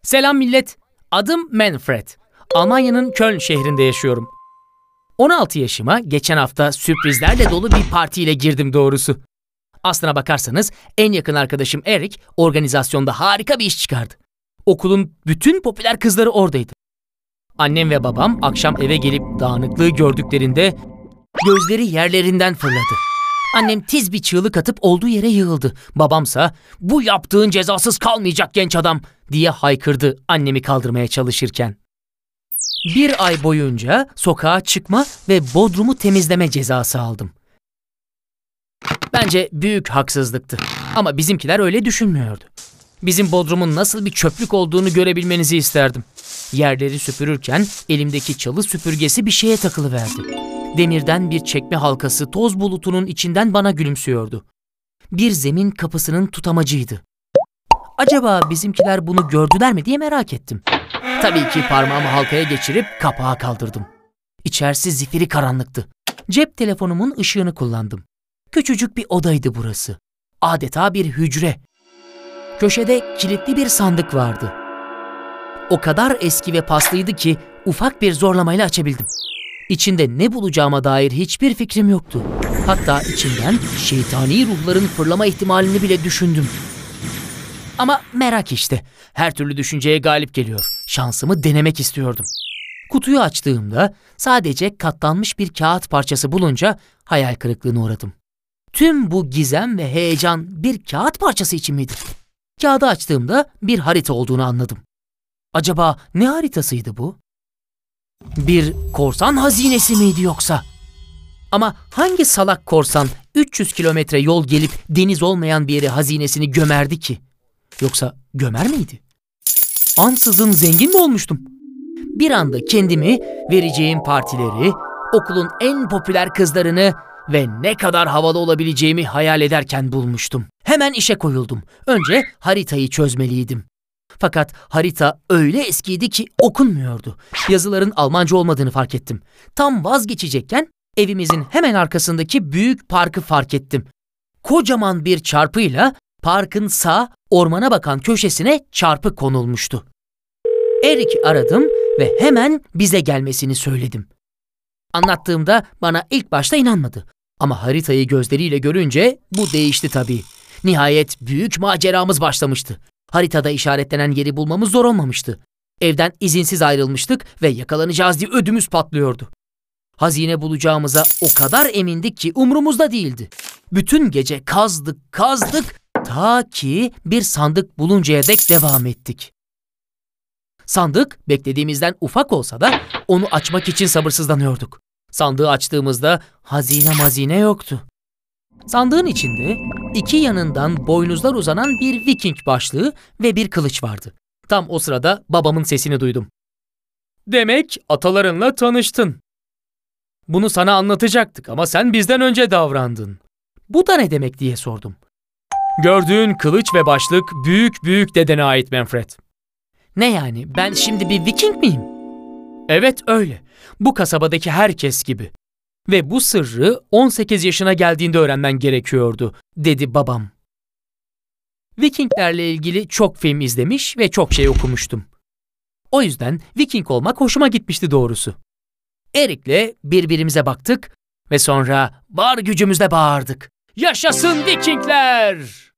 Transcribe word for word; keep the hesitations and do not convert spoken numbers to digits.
Selam millet, adım Manfred. Almanya'nın Köln şehrinde yaşıyorum. on altı yaşıma geçen hafta sürprizlerle dolu bir partiyle girdim doğrusu. Aslına bakarsanız en yakın arkadaşım Eric organizasyonda harika bir iş çıkardı. Okulun bütün popüler kızları oradaydı. Annem ve babam akşam eve gelip dağınıklığı gördüklerinde gözleri yerlerinden fırladı. Annem tiz bir çığlık atıp olduğu yere yığıldı. Babamsa "Bu yaptığın cezasız kalmayacak genç adam" diye haykırdı annemi kaldırmaya çalışırken. Bir ay boyunca sokağa çıkma ve bodrumu temizleme cezası aldım. Bence büyük haksızlıktı. Ama bizimkiler öyle düşünmüyordu. Bizim bodrumun nasıl bir çöplük olduğunu görebilmenizi isterdim. Yerleri süpürürken elimdeki çalı süpürgesi bir şeye takılıverdi. Demirden bir çekme halkası toz bulutunun içinden bana gülümsüyordu. Bir zemin kapısının tutamacıydı. Acaba bizimkiler bunu gördüler mi diye merak ettim. Tabii ki parmağımı halkaya geçirip kapağı kaldırdım. İçerisi zifiri karanlıktı. Cep telefonumun ışığını kullandım. Küçücük bir odaydı burası. Adeta bir hücre. Köşede kilitli bir sandık vardı. O kadar eski ve paslıydı ki ufak bir zorlamayla açabildim. İçinde ne bulacağıma dair hiçbir fikrim yoktu. Hatta içinden şeytani ruhların fırlama ihtimalini bile düşündüm. Ama merak işte. Her türlü düşünceye galip geliyor. Şansımı denemek istiyordum. Kutuyu açtığımda sadece katlanmış bir kağıt parçası bulunca hayal kırıklığına uğradım. Tüm bu gizem ve heyecan bir kağıt parçası için miydi? Kağıdı açtığımda bir harita olduğunu anladım. Acaba ne haritasıydı bu? Bir korsan hazinesi miydi yoksa? Ama hangi salak korsan üç yüz kilometre yol gelip deniz olmayan bir yere hazinesini gömerdi ki? Yoksa gömer miydi? Ansızın zengin mi olmuştum? Bir anda kendimi, vereceğim partileri, okulun en popüler kızlarını ve ne kadar havalı olabileceğimi hayal ederken bulmuştum. Hemen işe koyuldum. Önce haritayı çözmeliydim. Fakat harita öyle eskiydi ki okunmuyordu. Yazıların Almanca olmadığını fark ettim. Tam vazgeçecekken evimizin hemen arkasındaki büyük parkı fark ettim. Kocaman bir çarpıyla parkın sağ, ormana bakan köşesine çarpı konulmuştu. Eric aradım ve hemen bize gelmesini söyledim. Anlattığımda bana ilk başta inanmadı. Ama haritayı gözleriyle görünce bu değişti tabii. Nihayet büyük maceramız başlamıştı. Haritada işaretlenen yeri bulmamız zor olmamıştı. Evden izinsiz ayrılmıştık ve yakalanacağız diye ödümüz patlıyordu. Hazine bulacağımıza o kadar emindik ki umrumuzda değildi. Bütün gece kazdık kazdık ta ki bir sandık buluncaya dek devam ettik. Sandık beklediğimizden ufak olsa da onu açmak için sabırsızlanıyorduk. Sandığı açtığımızda hazine mazine yoktu. Sandığın içinde iki yanından boynuzlar uzanan bir Viking başlığı ve bir kılıç vardı. Tam o sırada babamın sesini duydum. "Demek atalarınla tanıştın. Bunu sana anlatacaktık ama sen bizden önce davrandın. Bu da ne demek?" diye sordum. "Gördüğün kılıç ve başlık büyük büyük dedene ait Manfred." "Ne yani, ben şimdi bir Viking miyim?" "Evet öyle. Bu kasabadaki herkes gibi. Ve bu sırrı on sekiz yaşına geldiğinde öğrenmen gerekiyordu," dedi babam. Vikinglerle ilgili çok film izlemiş ve çok şey okumuştum. O yüzden Viking olmak hoşuma gitmişti doğrusu. Eric'le birbirimize baktık ve sonra var gücümüzle bağırdık. "Yaşasın Vikingler!"